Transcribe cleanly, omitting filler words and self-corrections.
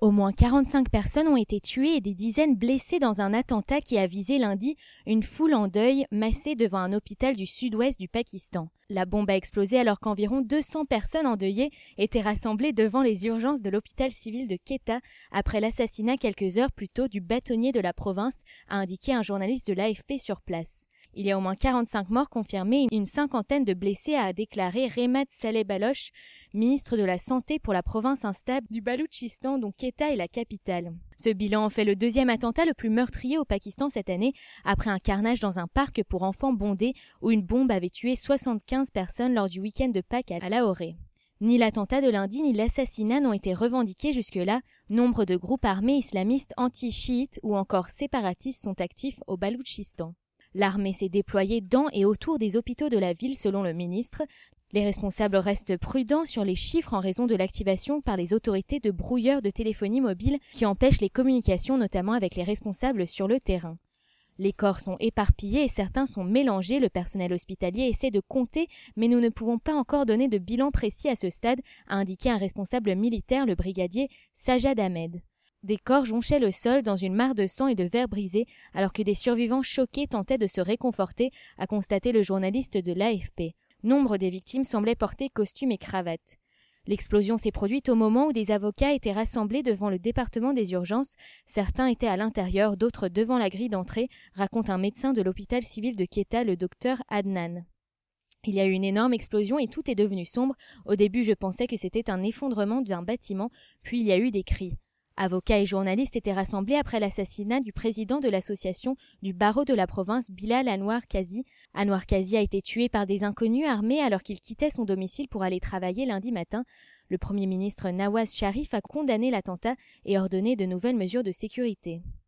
Au moins 45 personnes ont été tuées et des dizaines blessées dans un attentat qui a visé lundi une foule en deuil massée devant un hôpital du sud-ouest du Pakistan. La bombe a explosé alors qu'environ 200 personnes endeuillées étaient rassemblées devant les urgences de l'hôpital civil de Quetta après l'assassinat quelques heures plus tôt du bâtonnier de la province, a indiqué un journaliste de l'AFP sur place. Il y a au moins 45 morts confirmés et une cinquantaine de blessés, a déclaré Rehmat Saleh Baloch, ministre de la Santé pour la province instable du Baloutchistan, dont Quetta est la capitale. Ce bilan en fait le deuxième attentat le plus meurtrier au Pakistan cette année, après un carnage dans un parc pour enfants bondé où une bombe avait tué 75 personnes lors du week-end de Pâques à Lahore. Ni l'attentat de lundi ni l'assassinat n'ont été revendiqués jusque-là. Nombre de groupes armés islamistes anti-chiites ou encore séparatistes sont actifs au Baloutchistan. L'armée s'est déployée dans et autour des hôpitaux de la ville selon le ministre. Les responsables restent prudents sur les chiffres en raison de l'activation par les autorités de brouilleurs de téléphonie mobile qui empêchent les communications, notamment avec les responsables sur le terrain. Les corps sont éparpillés et certains sont mélangés. Le personnel hospitalier essaie de compter, mais nous ne pouvons pas encore donner de bilan précis à ce stade, a indiqué un responsable militaire, le brigadier Sajad Ahmed. Des corps jonchaient le sol dans une mare de sang et de verres brisés, alors que des survivants choqués tentaient de se réconforter, a constaté le journaliste de l'AFP. Nombre des victimes semblaient porter costumes et cravates. L'explosion s'est produite au moment où des avocats étaient rassemblés devant le département des urgences. Certains étaient à l'intérieur, d'autres devant la grille d'entrée, raconte un médecin de l'hôpital civil de Quetta, le docteur Adnan. Il y a eu une énorme explosion et tout est devenu sombre. Au début, je pensais que c'était un effondrement d'un bâtiment, puis il y a eu des cris. Avocats et journalistes étaient rassemblés après l'assassinat du président de l'association du barreau de la province, Bilal Anwar Kazi. Anwar Kazi a été tué par des inconnus armés alors qu'il quittait son domicile pour aller travailler lundi matin. Le Premier ministre Nawaz Sharif a condamné l'attentat et ordonné de nouvelles mesures de sécurité.